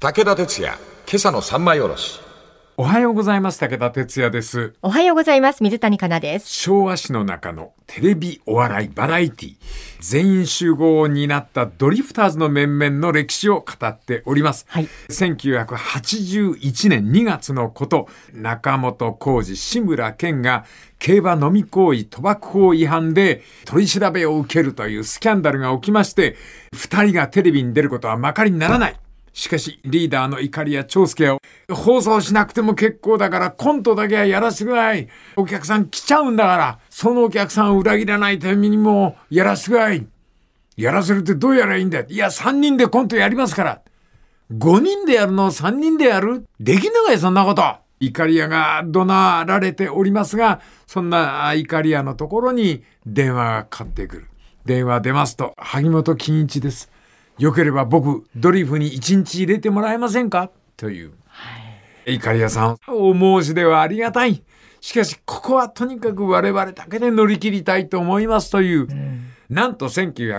武田鉄矢、今朝の三枚おろし。 おはようございます。武田鉄矢です。 おはようございます。水谷香奈です。 昭和史の中のテレビお笑いバラエティ全員集合を担ったドリフターズの面々の歴史を語っております、 はい、 1981年2月のこと、中本浩二、志村けんが競馬飲み行為賭博法違反で取り調べを受けるというスキャンダルが起きまして、2人がテレビに出ることはまかりにならない。しかしリーダーの怒りや長介を放送しなくても結構だからコントだけはやらせてください。お客さん来ちゃうんだから、そのお客さんを裏切らないためにもやらせてください。やらせるってどうやらいいんだよ。いや3人でコントやりますから。5人でやるのを3人でやる？できんのかいそんなこと。怒り屋が怒鳴られておりますが、そんな怒り屋のところに電話がかかってくる。電話出ますと、萩本欽一です。よければ僕ドリフに1日入れてもらえませんかという、いかりやさんお申し出はありがたい。しかしここはとにかく我々だけで乗り切りたいと思いますという、なんと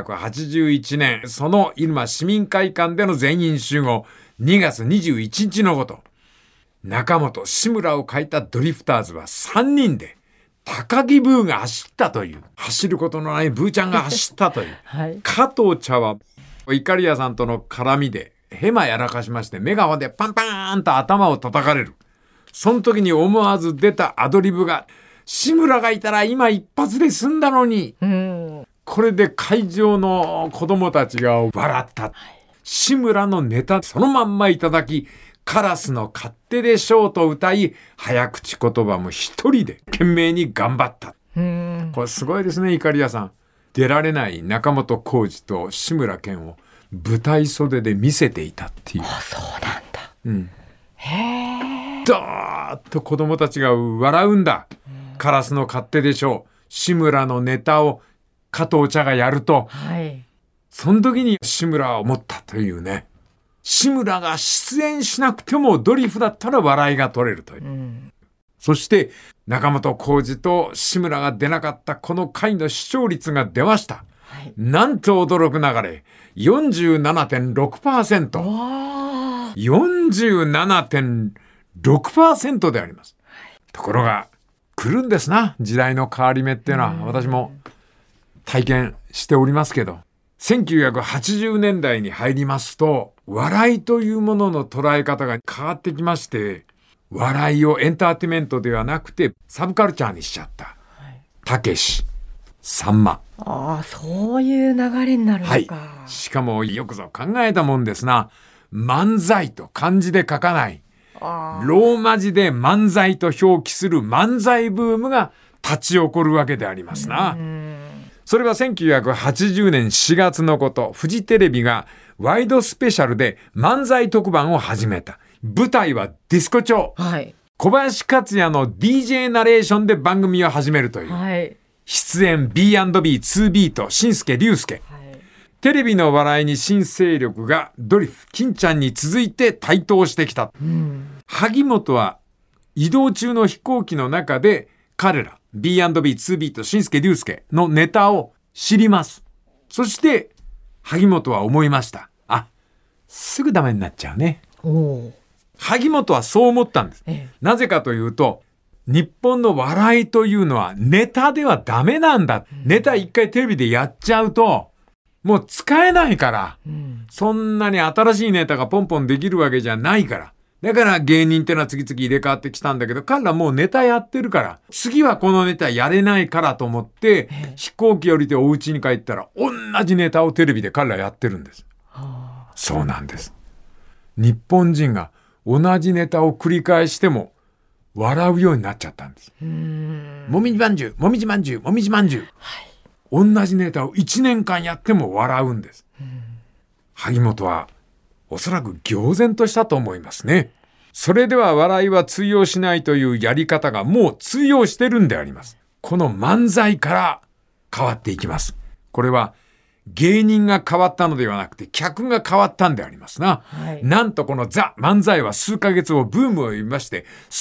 1981年その入間市民会館での全員集合2月21日のこと、中本志村を書いたドリフターズは3人で高木ブーが走ったという、走ることのないブーちゃんが走ったという、はい、加藤茶はイカリアさんとの絡みでヘマやらかしまして、メガホンでパンパーンと頭を叩かれる。その時に思わず出たアドリブが、志村がいたら今一発で済んだのに。これで会場の子供たちが笑った。志村のネタそのまんまいただき、カラスの勝手でしょうと歌い、早口言葉も一人で懸命に頑張った。これすごいですね、イカリアさん。出られない中本浩二と志村けんを舞台袖で見せていたっていう。 そうなんだ。 へー。ドーッと子供たちが笑うんだ。カラスの勝手でしょう。志村のネタを加藤茶がやると、はい、その時に志村は思ったというね。志村が出演しなくてもドリフだったら笑いが取れるという。そして中本浩二と志村が出なかったこの回の視聴率が出ました。はい、なんと驚く流れ、47.6%。47.6% であります。はい、ところが来るんですな、時代の変わり目っていうのは。私も体験しておりますけど、1980年代に入りますと、笑いというものの捉え方が変わってきまして、笑いをエンターテイメントではなくてサブカルチャーにしちゃった。たけし、さんま。 そういう流れになるのか。はい、 しかもよくぞ考えたもんですな。漫才と漢字で書かない、ローマ字で漫才と表記する漫才ブームが立ち起こるわけでありますな。それは1980年4月のこと、フジテレビがワイドスペシャルで漫才特番を始めた。舞台はディスコ調、はい、小林克也の DJ ナレーションで番組を始めるという、はい、出演 B&B2B と新助竜介、はい、テレビの笑いに新勢力がドリフ金ちゃんに続いて台頭してきた、萩本は移動中の飛行機の中で彼ら B&B2B と新助竜介のネタを知ります。そして萩本は思いました。すぐダメになっちゃうね。萩本はそう思ったんです。なぜかというと、日本の笑いというのはネタではダメなんだ。ネタ一回テレビでやっちゃうと、もう使えないから、そんなに新しいネタがポンポンできるわけじゃないから。だから芸人ってのは次々入れ替わってきたんだけど、彼らもうネタやってるから、次はこのネタやれないからと思って、飛行機降りてお家に帰ったら、同じネタをテレビで彼らやってるんです。そうなんです。日本人が同じネタを繰り返しても笑うようになっちゃったんです。もみじまんじゅう、もみじまんじゅう、もみじまんじゅう、はい、同じネタを1年間やっても笑うんです。萩本はおそらく愕然としたと思いますね。それでは笑いは通用しないというやり方がもう通用してるんであります。この漫才から変わっていきます。これは芸人が変わったのではなくて客が変わったんでありますな、はい、なんとこのザ・漫才は数ヶ月後ブームを呼びまして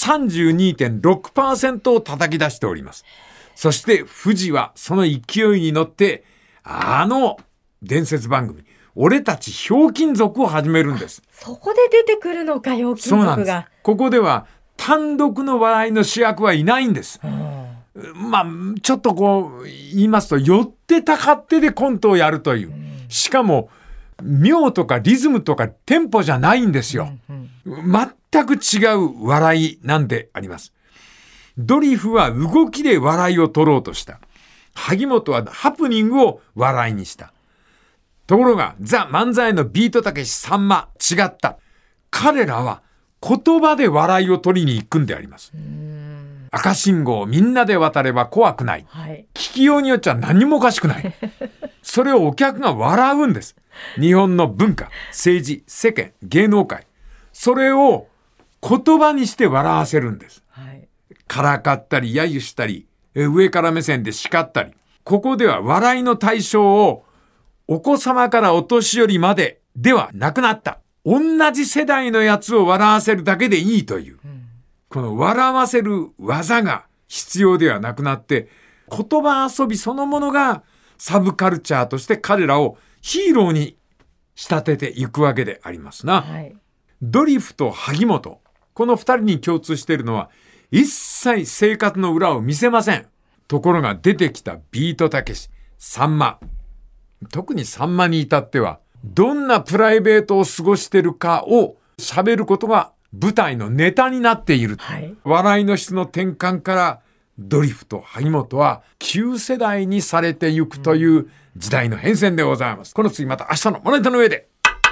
32.6% を叩き出しております。そして富士はその勢いに乗って伝説番組俺たちひょうきん族を始めるんです。 そこで出てくるのか、ひょうきん族が。そうなんです。 ここでは単独の笑いの主役はいないんです。まあちょっとこう言いますと、寄ってたかってでコントをやるという、しかも妙とかリズムとかテンポじゃないんですよ。全く違う笑いなんであります。ドリフは動きで笑いを取ろうとした。萩本はハプニングを笑いにした。ところがザ・漫才のビートたけしさんま違った。彼らは言葉で笑いを取りに行くんであります。赤信号をみんなで渡れば怖くない、はい、聞きようによっちゃ何もおかしくないそれをお客が笑うんです。日本の文化、政治、世間、芸能界、それを言葉にして笑わせるんです、はい、からかったり揶揄したり上から目線で叱ったり、ここでは笑いの対象をお子様からお年寄りまでではなくなった。同じ世代のやつを笑わせるだけでいいという、この笑わせる技が必要ではなくなって、言葉遊びそのものがサブカルチャーとして彼らをヒーローに仕立てていくわけでありますな、はい、ドリフと萩本、この二人に共通しているのは一切生活の裏を見せません。ところが出てきたビートたけし、さんま、特にさんまに至ってはどんなプライベートを過ごしているかを喋ることが舞台のネタになっている、はい、笑いの質の転換からドリフと萩本は旧世代にされていくという時代の変遷でございます。この次また明日のまな板の上で。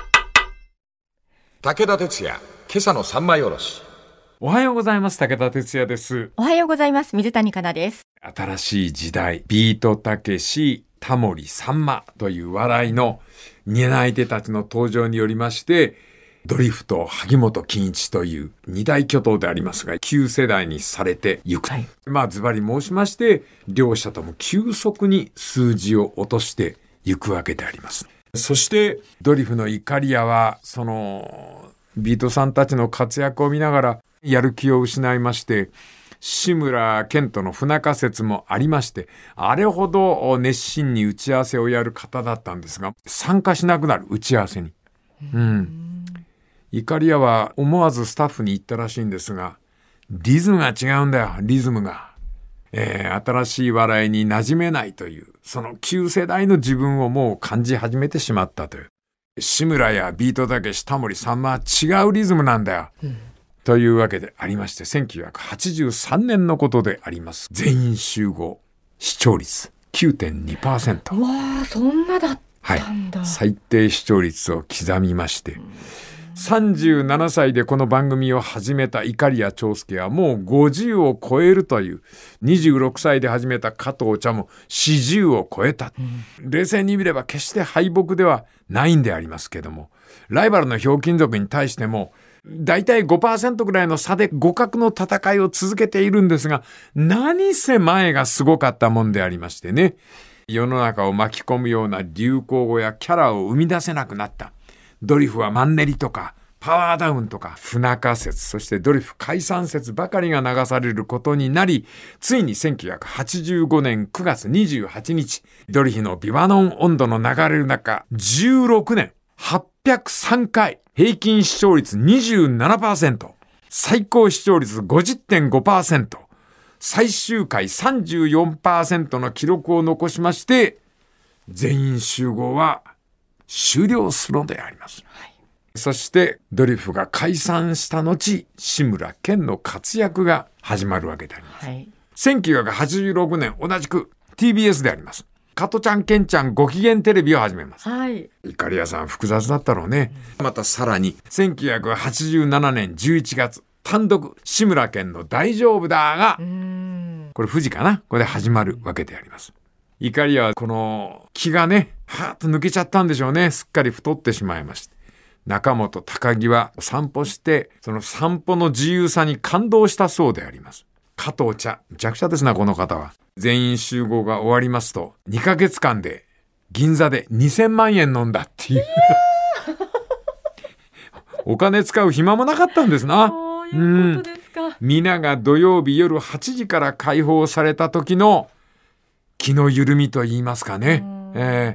武田鉄矢、今朝の三枚おろし。 おはようございます。武田鉄矢です。 おはようございます。水谷香奈です。 新しい時代、ビートたけし、タモリ、さんまという笑いの担い手たちの登場によりまして、ドリフと萩本欽一という二大巨頭でありますが、旧世代にされていく、はい、まあズバリ申しまして、両者とも急速に数字を落としていくわけであります。そしてドリフのイカリアはそのビートさんたちの活躍を見ながらやる気を失いまして、志村けんとの不仲説もありまして、あれほど熱心に打ち合わせをやる方だったんですが、参加しなくなる、打ち合わせに。イカリアは思わずスタッフに言ったらしいんですが、リズムが違うんだよ、リズムが。新しい笑いに馴染めないという、その旧世代の自分をもう感じ始めてしまったという。志村やビートたけし、タモリ、さんまは違うリズムなんだよ。というわけでありまして、1983年のことであります。全員集合視聴率 9.2%。 わあ、そんなだったんだ。 はい、最低視聴率を刻みまして、37歳でこの番組を始めたイカリア長介はもう50を超えるという、26歳で始めた加藤茶も40を超えた、冷静に見れば決して敗北ではないんでありますけども、ライバルのひょうきん族に対してもだいたい 5% ぐらいの差で互角の戦いを続けているんですが、何せ前がすごかったもんでありましてね、世の中を巻き込むような流行語やキャラを生み出せなくなった。ドリフはマンネリとかパワーダウンとか不仲説、そしてドリフ解散説ばかりが流されることになり、ついに1985年9月28日、ドリフのビバノン温度の流れる中、16年803回、平均視聴率 27%、最高視聴率 50.5%、最終回 34% の記録を残しまして、全員集合は終了するのであります。はい、そしてドリフが解散した後、志村けんの活躍が始まるわけであります。はい、1986年、同じく TBS であります。加トちゃんケンちゃんご機嫌テレビを始めます。はい、イカリアさん複雑だったろうね。またさらに1987年11月、単独志村けんの大丈夫だが、これ富士かな、これで始まるわけであります。イカリアはこの気がね、はーっと抜けちゃったんでしょうね。すっかり太ってしまいまして、中本高木は散歩して、その散歩の自由さに感動したそうであります。加藤茶、めちゃくちゃですな、この方は。全員集合が終わりますと、2ヶ月間で銀座で2000万円飲んだっていう。お金使う暇もなかったんですな。 そういうことですか。 皆が土曜日夜8時から開放された時の気の緩みと言いますかね。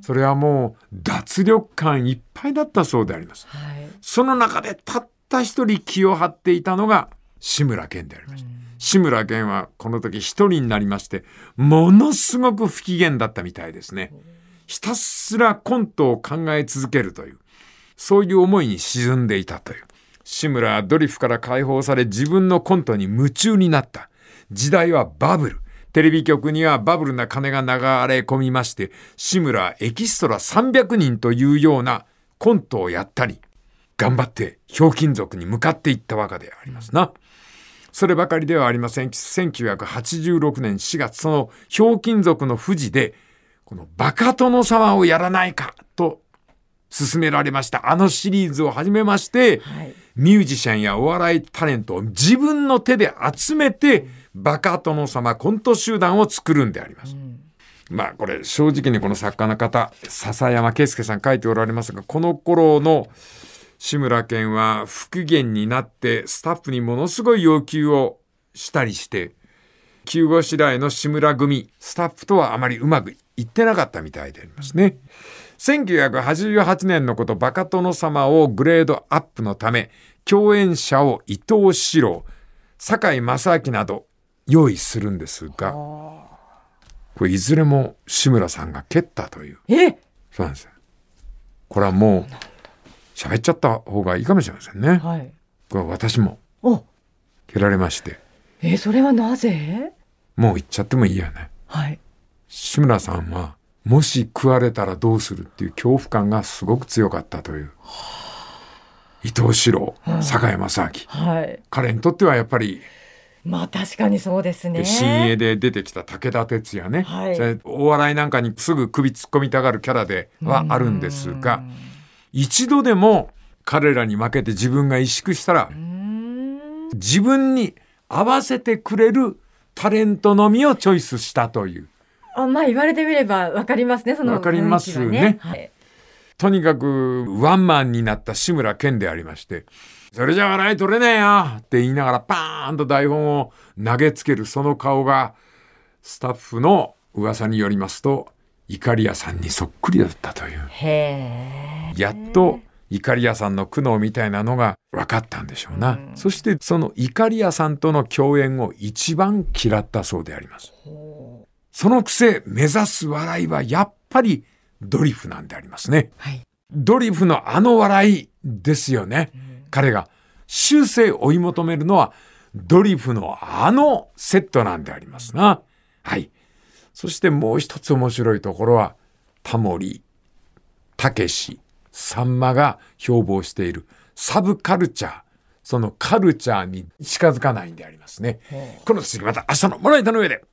それはもう脱力感いっぱいだったそうであります。 はい、 その中でたった一人気を張っていたのが志村けんでありました。志村けんはこの時一人になりまして、ものすごく不機嫌だったみたいですね。ひたすらコントを考え続けるという、そういう思いに沈んでいたという。志村はドリフから解放され、自分のコントに夢中になった。時代はバブル。テレビ局にはバブルな金が流れ込みまして、志村はエキストラ300人というようなコントをやったり、頑張ってひょうきん族に向かっていったわけでありますな。そればかりではありません。1986年4月、そのひょうきん族の富士で、このバカ殿様をやらないかと勧められました。あのシリーズを始めまして、はい、ミュージシャンやお笑いタレントを自分の手で集めて、バカ殿様コント集団を作るんであります。まあこれ正直にこの作家の方、笹山圭介さん書いておられますが、この頃の志村けんは不機嫌になってスタッフにものすごい要求をしたりして、急ごしらえの志村組スタッフとはあまりうまくいってなかったみたいでありますね。1988年のこと、バカ殿様をグレードアップのため共演者を伊藤四郎、堺正明など用意するんですが、これいずれも志村さんが蹴ったという。そうなんですよ。これはもう喋っちゃった方がいいかもしれませんね。はい、これは私も蹴られまして。 それはなぜ？ もう言っちゃってもいいよね。 はい。 志村さんはもし食われたらどうするっていう恐怖感がすごく強かったという。伊藤四郎、堺正明、はい、彼にとってはやっぱり、 まあ確かにそうですね。 新鋭で出てきた武田鉄矢ね、はい、それお笑いなんかにすぐ首突っ込みたがるキャラではあるんですが、一度でも彼らに負けて自分が萎縮したら、自分に合わせてくれるタレントのみをチョイスしたという。 まあ言われてみれば分かりますね。その雰囲気はね。 分かりますね。はい、とにかくワンマンになった志村けんでありまして、それじゃ笑い取れねえよって言いながらパーンと台本を投げつけるその顔が、スタッフの噂によりますといかりやさんにそっくりだったという。やっといかりやさんの苦悩みたいなのが分かったんでしょうな。そしてそのいかりやさんとの共演を一番嫌ったそうであります。そのくせ目指す笑いはやっぱりドリフなんでありますね。はい、ドリフのあの笑いですよね。彼が終生追い求めるのはドリフのあのセットなんでありますな。はい。そしてもう一つ面白いところは、タモリ、たけし、さんまが標榜しているサブカルチャー、そのカルチャーに近づかないんでありますね。この次また明日のもらいたの上で。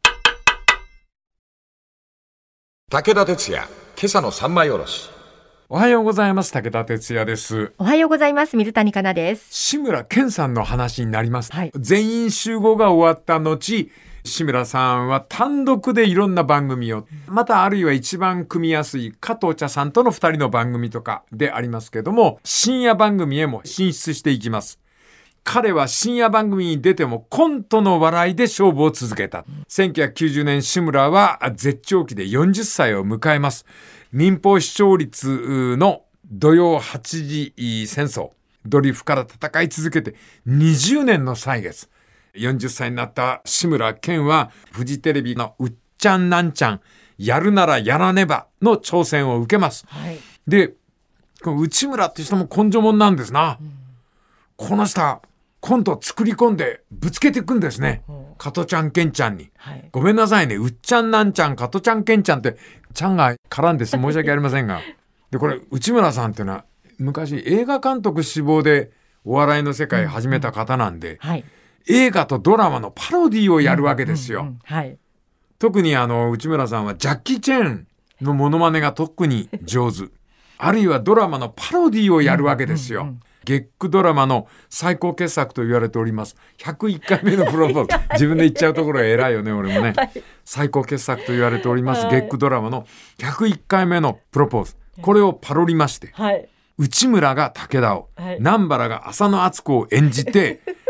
武田鉄矢、今朝の三枚おろし。 おはようございます。武田鉄矢です。 おはようございます。水谷香奈です。 志村けんさんの話になります。はい、全員集合が終わった後、志村さんは単独でいろんな番組を、またあるいは一番組みやすい加藤茶さんとの2人の番組とかでありますけども、深夜番組へも進出していきます。彼は深夜番組に出てもコントの笑いで勝負を続けた。1990年志村は絶頂期で40歳を迎えます。民放視聴率の土曜8時戦争、ドリフから戦い続けて20年の歳月。40歳になった志村けんはフジテレビのうっちゃんなんちゃんやるならやらねばの挑戦を受けます。はい、で、この内村って人も根性者なんですな。この人コントを作り込んでぶつけていくんですね。加トちゃんケンちゃんに、はい、ごめんなさいね、うっちゃんなんちゃん加トちゃんケンちゃんってちゃんが絡んで申し訳ありませんがでこれ内村さんっていうのは昔映画監督志望でお笑いの世界始めた方なんで、はい、映画とドラマのパロディをやるわけですよ。はい、特に内村さんはジャッキー・チェーンのモノマネが特に上手あるいはドラマのパロディをやるわけですよ。月9ドラマの最高傑作と言われております101回目のプロポーズ自分で言っちゃうところが偉いよね俺もね、はい、最高傑作と言われております、月9ドラマの101回目のプロポーズ、これをパロりまして、はい、内村が武田を、はい、南原が浅野敦子を演じて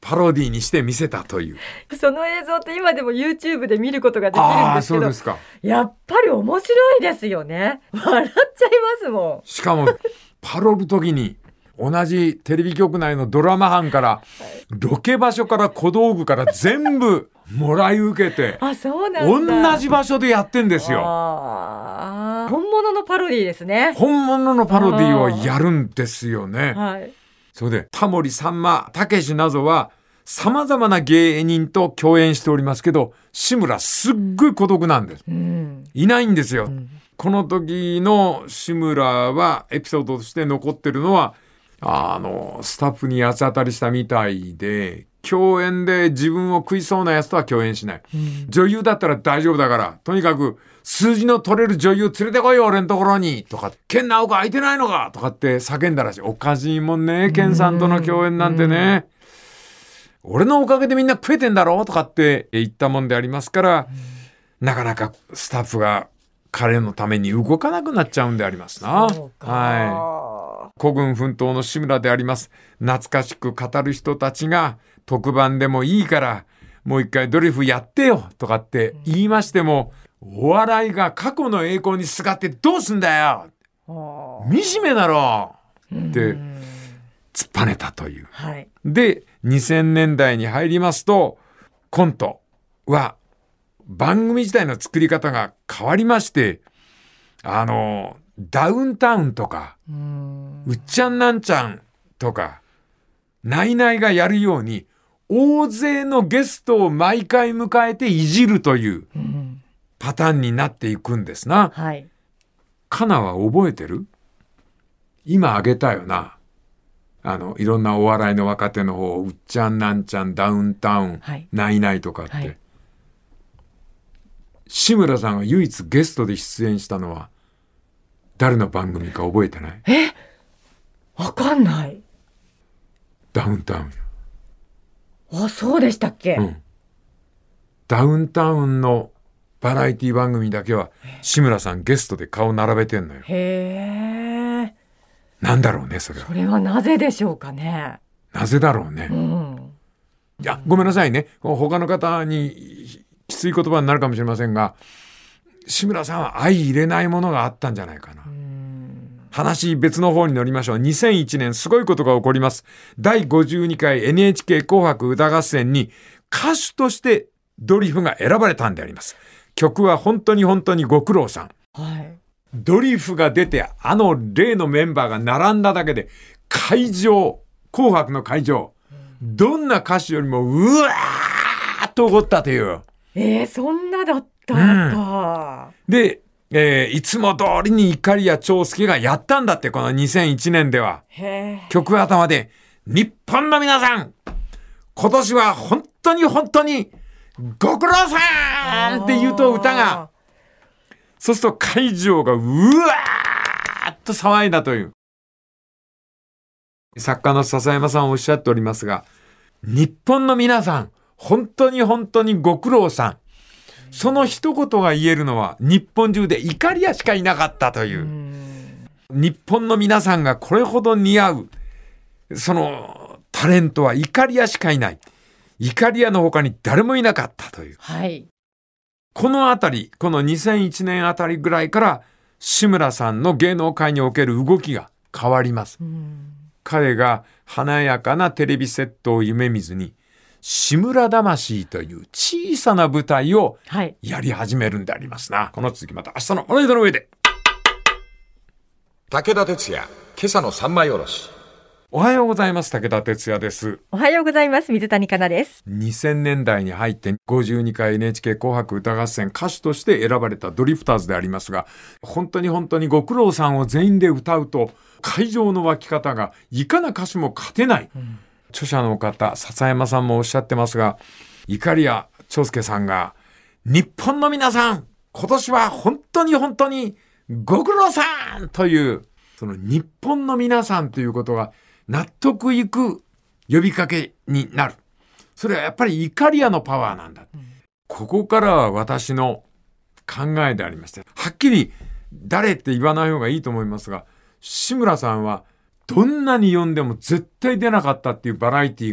パロディにして見せたという。 その映像って今でも YouTube で見ることができるんですけど、 そうですか。 やっぱり面白いですよね。笑っちゃいますもん。 しかもパロる時に同じテレビ局内のドラマ班からロケ場所から小道具から全部もらい受けてそうなんだ。 同じ場所でやってんですよ。 本物のパロディですね。 本物のパロディをやるんですよね。 はい。 それでタモリ、さんま、たけしなどは様々な芸人と共演しておりますけど、志村すっごい孤独なんです。いないんですよ。この時の志村はエピソードとして残ってるのは、スタッフに八つ当たりしたみたいで、共演で自分を食いそうなやつとは共演しない。女優だったら大丈夫だから、とにかく数字の取れる女優連れてこいよ、俺のところにとか、ケンナオコ空いてないのかとかって叫んだらしい。おかしいもんね、ケンさんとの共演なんてね。俺のおかげでみんな食えてんだろうとかって言ったもんでありますから、なかなかスタッフが彼のために動かなくなっちゃうんでありますな。はい。孤軍奮闘の志村であります。懐かしく語る人たちが特番でもいいからもう一回ドリフやってよとかって言いましても、お笑いが過去の栄光にすがってどうすんだよ、惨めだろって突っぱねたという、 はい、 で2000年代に入りますとコントは番組自体の作り方が変わりまして、ダウンタウンとかうっちゃんなんちゃんとかナイナイがやるように大勢のゲストを毎回迎えていじるというパターンになっていくんですな。 はい。 カナは覚えてる？今あげたよな。いろんなお笑いの若手の方、うっちゃんなんちゃん、ダウンタウン、はい、ナイナイとかって、はい、志村さんが唯一ゲストで出演したのは誰の番組か覚えてない？ わかんない。 ダウンタウン。 そうでしたっけ？ ダウンタウンのバラエティ番組だけは志村さんゲストで顔並べてんのよ。なんだろうね、それは。 それはなぜでしょうかね。 なぜだろうね。いや、ごめんなさいね。他の方にきつい言葉になるかもしれませんが、志村さんは相入れないものがあったんじゃないかな。話別の方に乗りましょう。2001年すごいことが起こります。第52回 NHK 紅白歌合戦に歌手としてドリフが選ばれたんであります。曲は本当に本当にご苦労さん。はい。ドリフが出て例のメンバーが並んだだけで会場、紅白の会場、どんな歌手よりもうわーっと起こったという。 そんなだったか。 で、いつも通りに碇谷長介がやったんだって、この2001年では。曲頭で、日本の皆さん、今年は本当に本当にご苦労さんって言うと歌が、そうすると会場がうわーっと騒いだという。作家の笹山さんおっしゃっておりますが、日本の皆さん、本当に本当にご苦労さん。その一言が言えるのは日本中で碇谷しかいなかったという。日本の皆さんがこれほど似合う、そのタレントは碇谷しかいない。碇谷の他に誰もいなかったという。 はい。 このあたり、この2001年あたりぐらいから志村さんの芸能界における動きが変わります。彼が華やかなテレビセットを夢見ずに、志村魂という小さな舞台をやり始めるんでありますな。この続きまた明日のおネタの上で。 武田鉄矢、今朝の三枚おろし。 おはようございます。武田鉄矢です。 おはようございます。水谷香奈です。 2000年代に入って52回 NHK 紅白歌合戦歌手として選ばれたドリフターズでありますが、本当に本当にご苦労さんを全員で歌うと会場の沸き方がいかな歌手も勝てない。著者の方、笹山さんもおっしゃってますが、碇谷長介さんが、日本の皆さん、今年は本当に本当にご苦労さんという、その日本の皆さんということが納得いく呼びかけになる。それはやっぱり碇谷のパワーなんだ。ここからは私の考えでありまして、はっきり誰って言わない方がいいと思いますが、志村さんはどんなに呼んでも絶対出なかったっていうバラエティが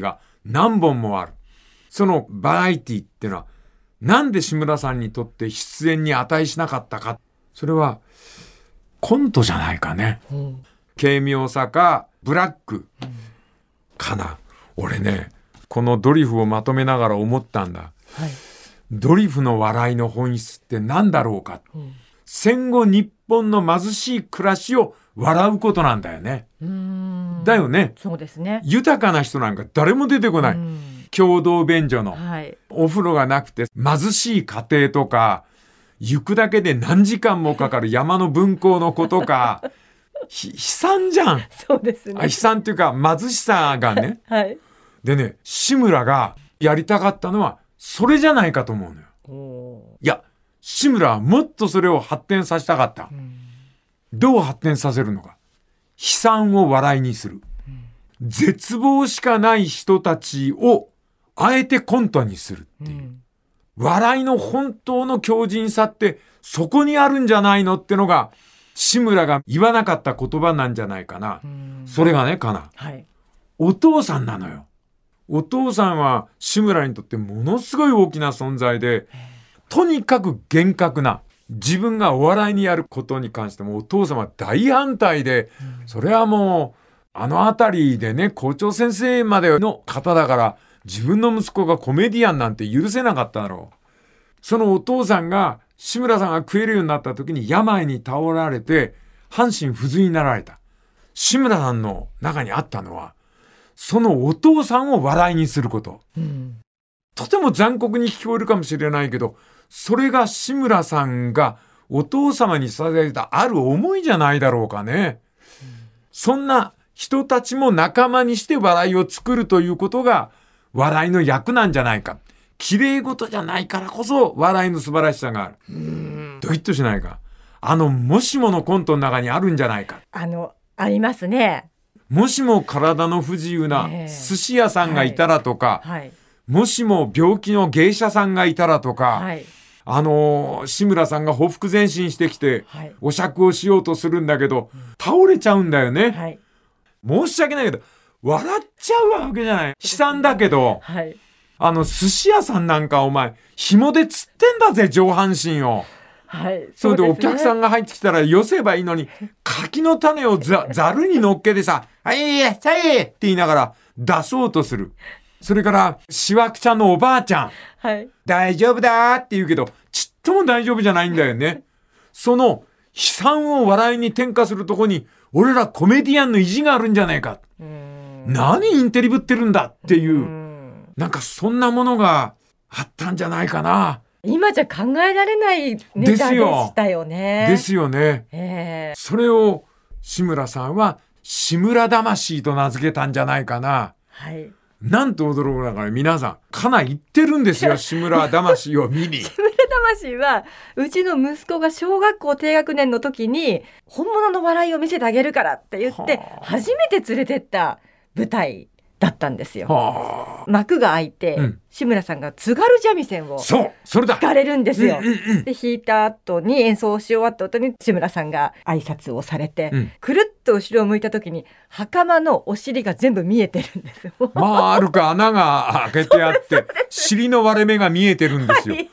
何本もある。そのバラエティっていうのは、なんで志村さんにとって出演に値しなかったか。それは、コントじゃないかね。軽妙さか、ブラックかな。俺ね、このドリフをまとめながら思ったんだ。 はい、 ドリフの笑いの本質って何だろうか。戦後日本の貧しい暮らしを笑うことなんだよね。だよね。 そうですね。 豊かな人なんか誰も出てこない。共同便所の、 はい、 お風呂がなくて貧しい家庭とか、行くだけで何時間もかかる山の分校の子とか、悲惨じゃん。 そうですね。 悲惨っていうか貧しさがね。 はい。 でね、志村がやりたかったのはそれじゃないかと思うのよ。いや、志村はもっとそれを発展させたかった。どう発展させるのか。悲惨を笑いにする。絶望しかない人たちをあえてコントにするっていう。笑いの本当の強靭さってそこにあるんじゃないのってのが志村が言わなかった言葉なんじゃないかな。それがね、かな。はい、お父さんなのよ。お父さんは志村にとってものすごい大きな存在で、とにかく厳格な、自分がお笑いにやることに関してもお父様は大反対で、それはもうあのあたりでね、校長先生までの方だから自分の息子がコメディアンなんて許せなかっただろう。そのお父さんが志村さんが食えるようになった時に病に倒られて半身不随になられた。志村さんの中にあったのはそのお父さんを笑いにすること。とても残酷に聞こえるかもしれないけど、それが志村さんがお父様に捧げたある思いじゃないだろうかね。そんな人たちも仲間にして笑いを作るということが笑いの役なんじゃないか。綺麗事じゃないからこそ笑いの素晴らしさがある。ドキッとしないか。もしものコントの中にあるんじゃないか。 ありますね。 もしも体の不自由な寿司屋さんがいたらとか、もしも病気の芸者さんがいたらとか、志村さんがほふ前進してきて、お酌をしようとするんだけど、倒れちゃうんだよね。申し訳ないけど、笑っちゃうわけじゃない。悲惨だけど、寿司屋さんなんかお前、紐で釣ってんだぜ、上半身を。それでお客さんが入ってきたら寄せばいいのに、柿の種をざるに乗っけてさ、はいって言いながら出そうとする。それから、しわくちゃんのおばあちゃん。大丈夫だって言うけど、ちっとも大丈夫じゃないんだよね。その悲惨を笑いに転化するとこに、俺らコメディアンの意地があるんじゃないか。何インテリぶってるんだっていう、なんかそんなものがあったんじゃないかな。 今じゃ考えられないネタでしたよね。 ですよね。それを志村さんは志村魂と名付けたんじゃないかな。なんと驚くながら皆さんかなり言ってるんですよ。志村魂を見に。 志村魂はうちの息子が小学校低学年の時に本物の笑いを見せてあげるからって言って初めて連れてった舞台だったんですよ。幕が開いて、志村さんが津軽三味線を弾かれるんですよ。で弾いた後に演奏し終わった後に志村さんが挨拶をされて、くるっと後ろを向いた時に袴のお尻が全部見えてるんですよ。 丸く穴が開けてあって尻の割れ目が見えてるんですよ。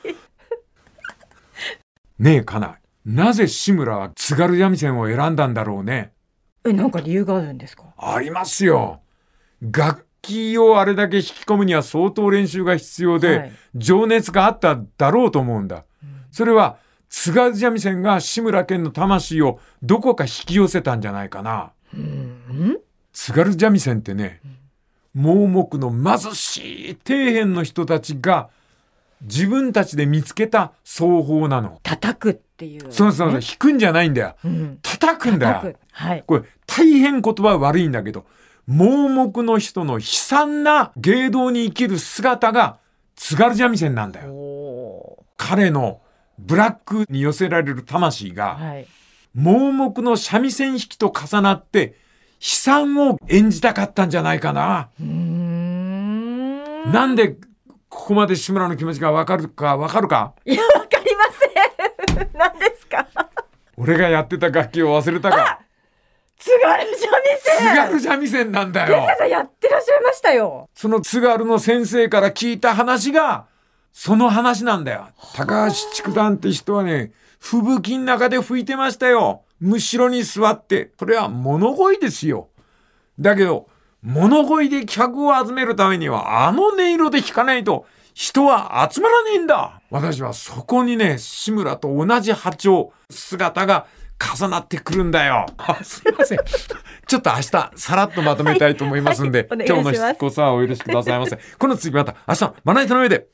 ねえかなぜ志村は津軽三味線を選んだんだろうね。 なんか理由があるんですか？ ありますよ。楽器をあれだけ引き込むには相当練習が必要で、情熱があっただろうと思うんだ。それは津軽三味線が志村けんの魂をどこか引き寄せたんじゃないかな。津軽三味線ってね、盲目の貧しい底辺の人たちが自分たちで見つけた奏法なの。 叩くっていう、ね。 そう弾くんじゃないんだよ。叩くんだよ。これ大変言葉悪いんだけど、盲目の人の悲惨な芸道に生きる姿が津軽三味線なんだよ。彼のブラックに寄せられる魂が、盲目の三味線弾きと重なって悲惨を演じたかったんじゃないかな。なんでここまで志村の気持ちがわかるか？ いや、わかりません。何ですか？ 俺がやってた楽器を忘れたか？ 津軽三味線。 津軽三味線なんだよ。 先生やってらっしゃいましたよ。 その津軽の先生から聞いた話がその話なんだよ。高橋竹山って人はね、吹雪の中で吹いてましたよ。むしろに座って。それは物乞いですよ。だけど物乞いで客を集めるためにはあの音色で弾かないと人は集まらねえんだ。私はそこにね、志村と同じ波長姿が重なってくるんだよ。すいません。ちょっと明日さらっとまとめたいと思いますんで、 はい、 今日のしつこさはお許しくださいませ。この次また明日のまな板の上で。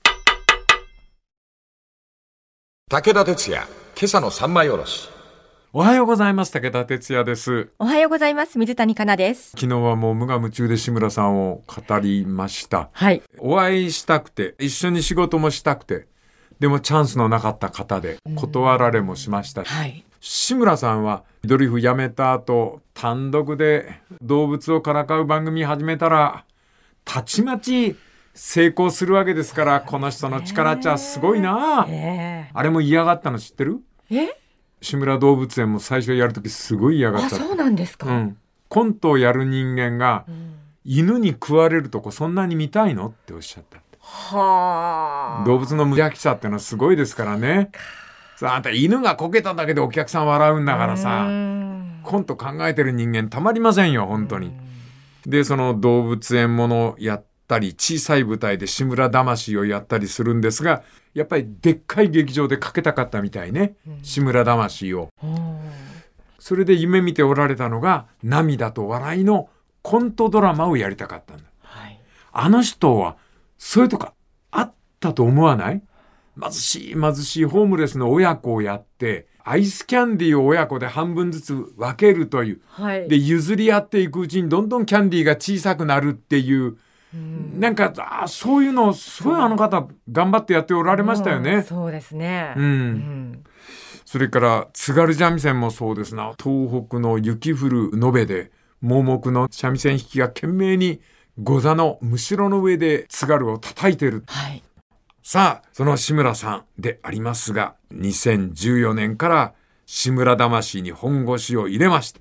武田鉄矢、今朝の三枚おろし。 おはようございます。武田鉄矢です。 おはようございます。水谷香奈です。 昨日はもう無我夢中で志村さんを語りました。 はい。 お会いしたくて、一緒に仕事もしたくて、でもチャンスのなかった方で断られもしました。 はい。 志村さんはドリフ辞めた後、単独で動物をからかう番組始めたら、たちまち成功するわけですから、この人の力っちゃすごいな。あれも嫌がったの知ってる？志村動物園も最初やるときすごい嫌がった。 あ、そうなんですか。 コントをやる人間が、犬に食われるとこそんなに見たいのっておっしゃった。 はあ。 動物の無邪気さってのはすごいですからね。さあ、あんた犬がこけただけでお客さん笑うんだからさ、コント考えてる人間たまりませんよ、本当に。で、その動物園ものやったり、小さい舞台で志村魂をやったりするんですが、やっぱりでっかい劇場でかけたかったみたいね、志村魂を。それで夢見ておられたのが、涙と笑いのコントドラマをやりたかったんだ。あの人はそういうとこあったと思わない？貧しいホームレスの親子をやって、アイスキャンディーを親子で半分ずつ分けるという、で譲り合っていくうちにどんどんキャンディーが小さくなるっていう、なんかそういうのをすごいあの方頑張ってやっておられましたよね。 そうですね。 それから津軽三味線もそうですな。東北の雪降る延べで盲目の三味線弾きが懸命に御座のむしろの上で津軽を叩いてる。さあ、その志村さんでありますが、2014年から志村魂に本腰を入れまして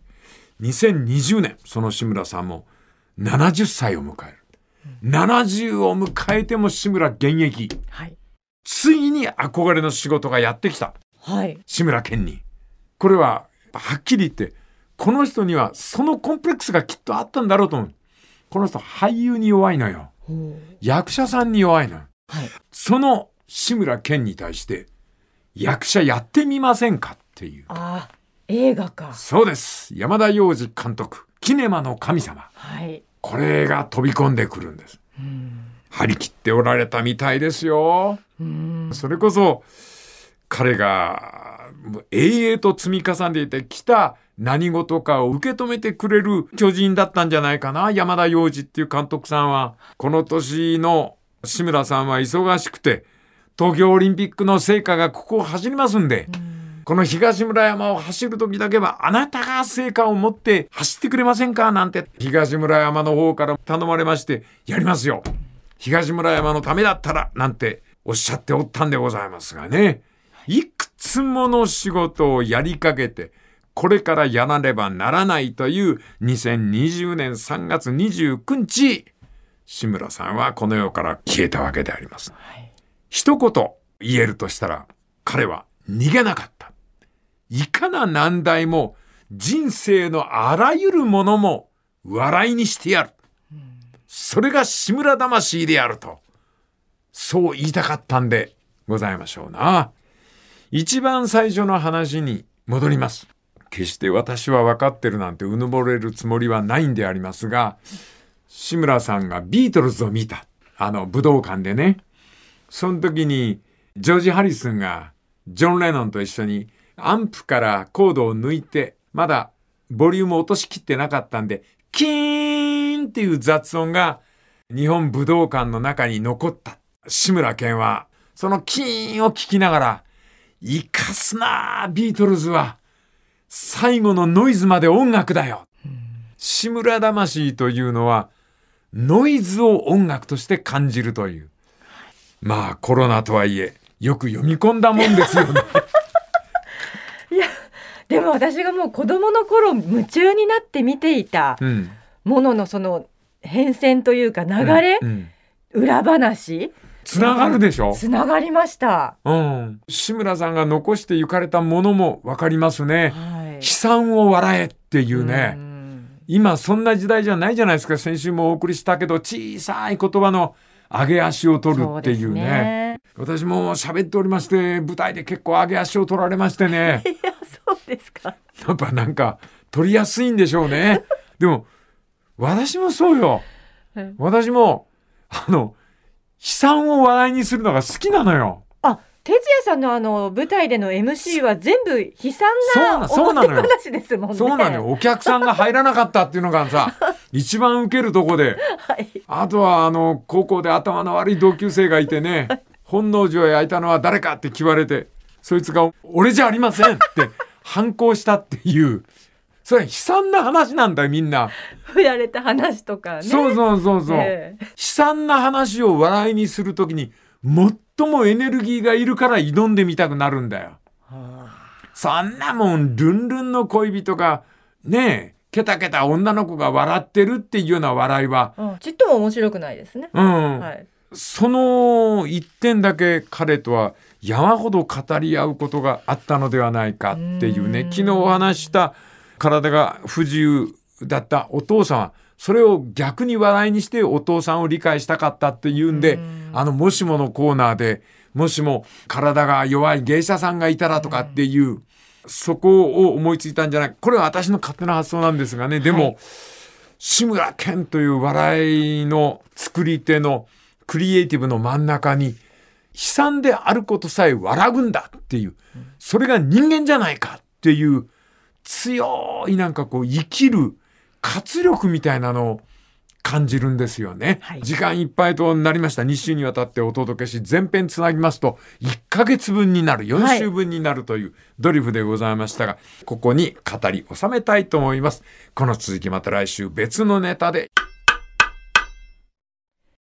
、2020年、その志村さんも70歳を迎える。70を迎えても志村現役。ついに憧れの仕事がやってきた。志村けんに。これは、はっきり言って、この人にはそのコンプレックスがきっとあったんだろうと思う。この人俳優に弱いのよ。役者さんに弱いのよ。その志村けんに対して役者やってみませんかっていう。 映画か。 そうです。山田洋次監督、キネマの神様。これが飛び込んでくるんです。張り切っておられたみたいですよ。それこそ彼が永遠と積み重ねてきた何事かを受け止めてくれる巨人だったんじゃないかな、山田洋次っていう監督さんは。この年の志村さんは忙しくて、東京オリンピックの聖火がここを走りますんで、この東村山を走る時だけはあなたが聖火を持って走ってくれませんかなんて東村山の方から頼まれまして、やりますよ、東村山のためだったらなんておっしゃっておったんでございますがね。いくつもの仕事をやりかけて、これからやらねばならないという2020年3月29日、志村さんはこの世から消えたわけであります。一言言えるとしたら、彼は逃げなかった。いかな難題も人生のあらゆるものも笑いにしてやる。それが志村魂であると、そう言いたかったんでございましょうな。一番最初の話に戻ります。決して私は分かってるなんてうぬぼれるつもりはないんでありますが、志村さんがビートルズを見た。武道館でね。その時に、ジョージ・ハリスンが、ジョン・レノンと一緒に、アンプからコードを抜いて、まだ、ボリュームを落としきってなかったんで、キーンっていう雑音が、日本武道館の中に残った。志村けんは、そのキーンを聞きながら、生かすなぁ、ビートルズは。最後のノイズまで音楽だよ。志村魂というのは、ノイズを音楽として感じるという。まあコロナとはいえよく読み込んだもんですよね。 いやでも私がもう子供の頃夢中になって見ていたもののその変遷というか流れ、裏話つながるでしょ。 つながりました、 志村さんが残してゆかれたものも分かりますね、悲惨を笑えっていうね、今そんな時代じゃないじゃないですか。先週もお送りしたけど、小さい言葉の上げ足を取るっていうね。私も喋っておりまして、舞台で結構上げ足を取られましてね。 いや、そうですか。 やっぱなんか取りやすいんでしょうね。でも私もそうよ。私も悲惨を笑いにするのが好きなのよ。 哲也さんの舞台での MC は全部悲惨な表話ですもんね。 そうなのよ。お客さんが入らなかったっていうのがさ一番ウケるとこで、あとは高校で頭の悪い同級生がいてね、本能寺を焼いたのは誰かって聞かれて、そいつが俺じゃありませんって反抗したっていう、それ悲惨な話なんだよ、みんな。 振られた話とかね。 そう、悲惨な話を笑いにするときに最もエネルギーがいるから挑んでみたくなるんだよ。そんなもんルンルンの恋人がね、ケタケタ女の子が笑ってるっていうような笑いは、 ちっとも面白くないですね。 その一点だけ彼とは山ほど語り合うことがあったのではないかっていうね。昨日お話した体が不自由だったお父さんはそれを逆に笑いにしてお父さんを理解したかったっていうんで、もしものコーナーで、もしも体が弱い芸者さんがいたらとかっていう、そこを思いついたんじゃない。これは私の勝手な発想なんですがね。でも、志村けんという笑いの作り手のクリエイティブの真ん中に、悲惨であることさえ笑うんだっていう、それが人間じゃないかっていう強いなんかこう生きる活力みたいなのを感じるんですよね。時間いっぱいとなりました。2週にわたってお届けし、前編つなぎますと1ヶ月分になる、4週分になるというドリフでございましたが、ここに語り収めたいと思います。この続きまた来週別のネタで。